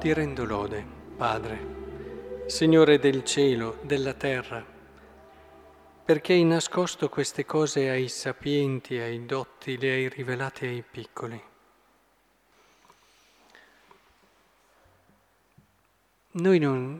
Ti rendo lode, Padre, Signore del cielo, della terra, perché hai nascosto queste cose ai sapienti, ai dotti, le hai rivelate ai piccoli. Noi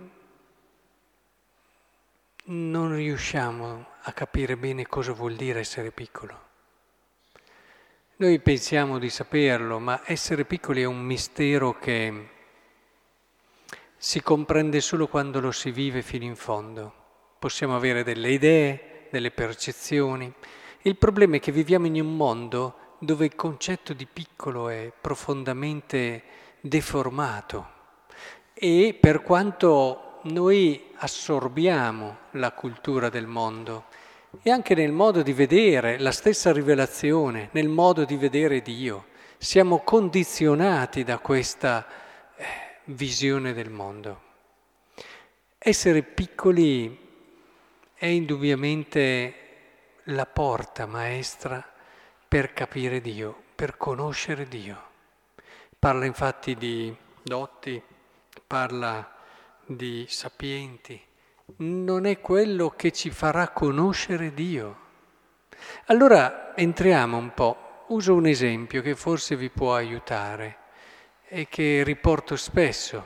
non riusciamo a capire bene cosa vuol dire essere piccolo. Noi pensiamo di saperlo, ma essere piccoli è un mistero che si comprende solo quando lo si vive fino in fondo. Possiamo avere delle idee, delle percezioni. Il problema è che viviamo in un mondo dove il concetto di piccolo è profondamente deformato e per quanto noi assorbiamo la cultura del mondo e anche nel modo di vedere la stessa rivelazione, nel modo di vedere Dio, siamo condizionati da questa visione del mondo. Essere piccoli è indubbiamente la porta maestra per capire Dio, per conoscere Dio. Parla infatti di dotti, parla di sapienti. Non è quello che ci farà conoscere Dio. Allora entriamo un po'. Uso un esempio che forse vi può aiutare e che riporto spesso.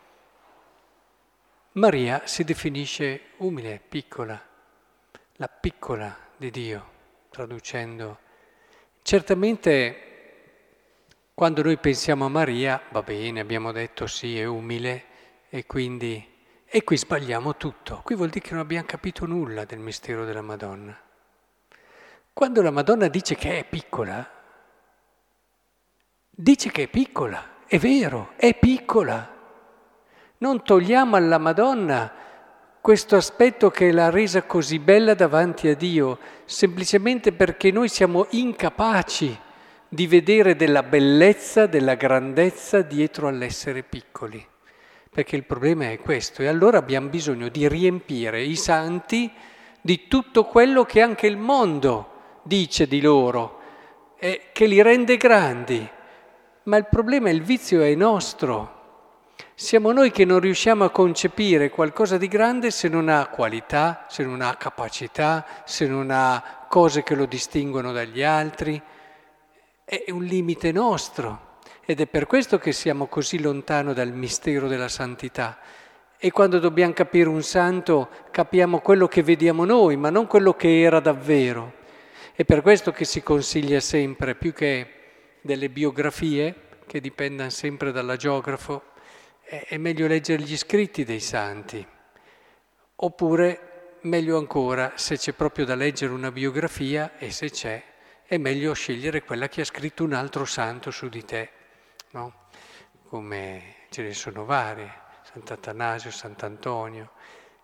Maria si definisce umile, piccola, la piccola di Dio, traducendo. Certamente quando noi pensiamo a Maria, va bene, abbiamo detto sì, è umile e quindi... E qui sbagliamo tutto, qui vuol dire che non abbiamo capito nulla del mistero della Madonna. Quando la Madonna dice che è piccola, dice che è piccola, è vero, è piccola. Non togliamo alla Madonna questo aspetto che l'ha resa così bella davanti a Dio, semplicemente perché noi siamo incapaci di vedere della bellezza, della grandezza dietro all'essere piccoli. Perché il problema è questo, e allora abbiamo bisogno di riempire i santi di tutto quello che anche il mondo dice di loro, e che li rende grandi. Ma il problema è il vizio è nostro. Siamo noi che non riusciamo a concepire qualcosa di grande se non ha qualità, se non ha capacità, se non ha cose che lo distinguono dagli altri. È un limite nostro. Ed è per questo che siamo così lontano dal mistero della santità. E quando dobbiamo capire un santo, capiamo quello che vediamo noi, ma non quello che era davvero. È per questo che si consiglia sempre, più che delle biografie, che dipendano sempre dall'agiografo, è meglio leggere gli scritti dei santi. Oppure, meglio ancora, se c'è proprio da leggere una biografia, e se c'è, è meglio scegliere quella che ha scritto un altro santo su di te. No? Come ce ne sono varie, Sant'Atanasio, Sant'Antonio.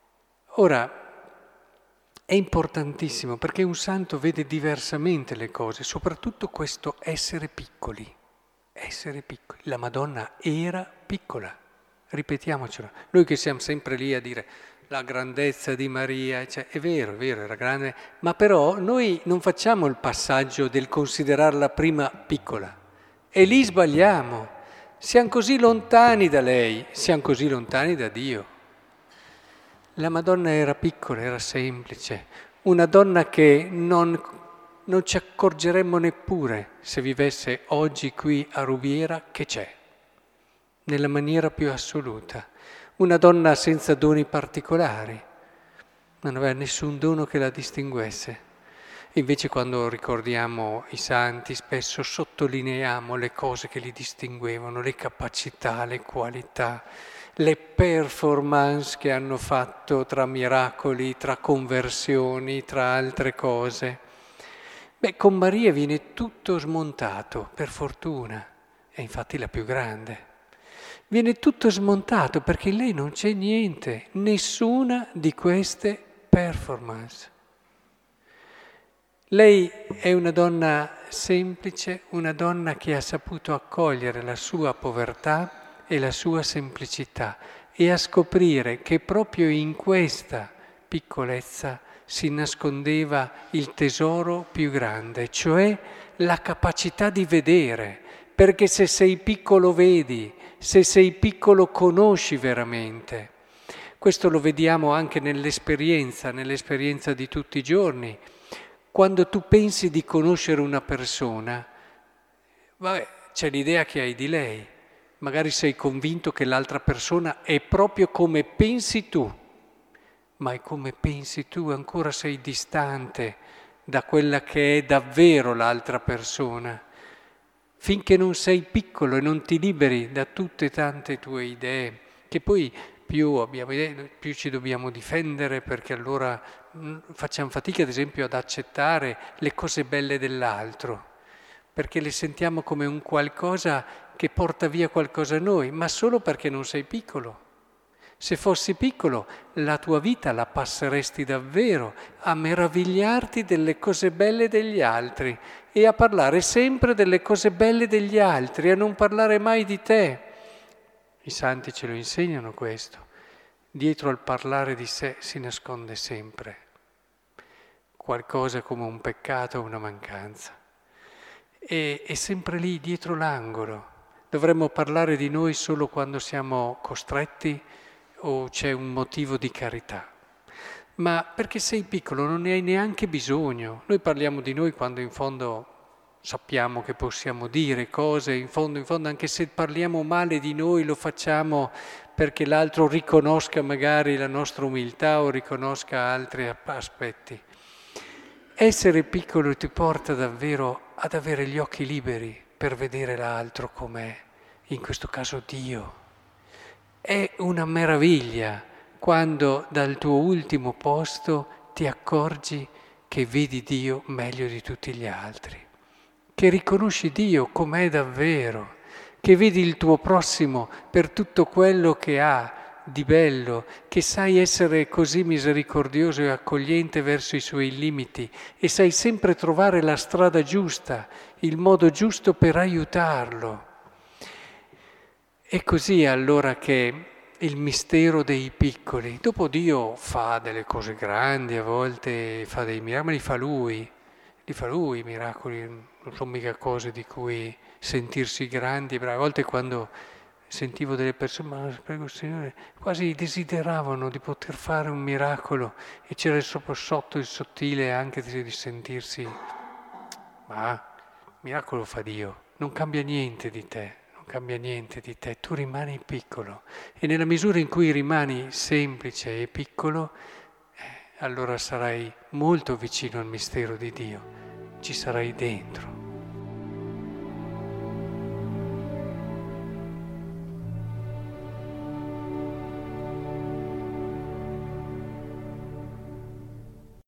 Ora, è importantissimo perché un santo vede diversamente le cose, soprattutto questo essere piccoli. Essere piccoli. La Madonna era piccola, ripetiamocelo. Noi che siamo sempre lì a dire la grandezza di Maria, cioè, è vero, era grande, ma però noi non facciamo il passaggio del considerarla prima piccola. E lì sbagliamo, siamo così lontani da lei, siamo così lontani da Dio. La Madonna era piccola, era semplice, una donna che non ci accorgeremmo neppure se vivesse oggi qui a Rubiera che c'è, nella maniera più assoluta. Una donna senza doni particolari, non aveva nessun dono che la distinguesse. Invece quando ricordiamo i santi spesso sottolineiamo le cose che li distinguevano, le capacità, le qualità, le performance che hanno fatto tra miracoli, tra conversioni, tra altre cose. Con Maria viene tutto smontato, per fortuna, è infatti la più grande. Viene tutto smontato perché in lei non c'è niente, nessuna di queste performance. Lei è una donna semplice, una donna che ha saputo accogliere la sua povertà e la sua semplicità e a scoprire che proprio in questa piccolezza si nascondeva il tesoro più grande, cioè la capacità di vedere, perché se sei piccolo vedi, Se sei piccolo conosci veramente. Questo lo vediamo anche nell'esperienza di tutti i giorni. Quando tu pensi di conoscere una persona, vabbè, c'è l'idea che hai di lei, magari sei convinto che l'altra persona è proprio come pensi tu, ma è come pensi tu, ancora sei distante da quella che è davvero l'altra persona. Finché non sei piccolo e non ti liberi da tutte tante tue idee, che poi più abbiamo idee, più ci dobbiamo difendere, perché allora facciamo fatica ad esempio ad accettare le cose belle dell'altro, perché le sentiamo come un qualcosa che porta via qualcosa a noi, ma solo perché non sei piccolo. Se fossi piccolo, la tua vita la passeresti davvero a meravigliarti delle cose belle degli altri e a parlare sempre delle cose belle degli altri, a non parlare mai di te. I santi ce lo insegnano questo. Dietro al parlare di sé si nasconde sempre qualcosa come un peccato o una mancanza. E è sempre lì, dietro l'angolo. Dovremmo parlare di noi solo quando siamo costretti o c'è un motivo di carità. Ma perché sei piccolo non ne hai neanche bisogno. Noi parliamo di noi quando in fondo sappiamo che possiamo dire cose, in fondo, anche se parliamo male di noi lo facciamo perché l'altro riconosca magari la nostra umiltà o riconosca altri aspetti. Essere piccolo ti porta davvero ad avere gli occhi liberi per vedere l'altro com'è, in questo caso Dio. È una meraviglia quando dal tuo ultimo posto ti accorgi che vedi Dio meglio di tutti gli altri, che riconosci Dio com'è davvero, che vedi il tuo prossimo per tutto quello che ha di bello, che sai essere così misericordioso e accogliente verso i suoi limiti e sai sempre trovare la strada giusta, il modo giusto per aiutarlo. È così allora che il mistero dei piccoli, dopo Dio fa delle cose grandi, a volte fa dei miracoli, li fa Lui i miracoli, non sono mica cose di cui sentirsi grandi, a volte quando sentivo delle persone, ma prego Signore, quasi desideravano di poter fare un miracolo e c'era sotto il sottile anche di sentirsi, ma il miracolo fa Dio, non cambia niente di te. Cambia niente di te, tu rimani piccolo e nella misura in cui rimani semplice e piccolo, allora sarai molto vicino al mistero di Dio, ci sarai dentro.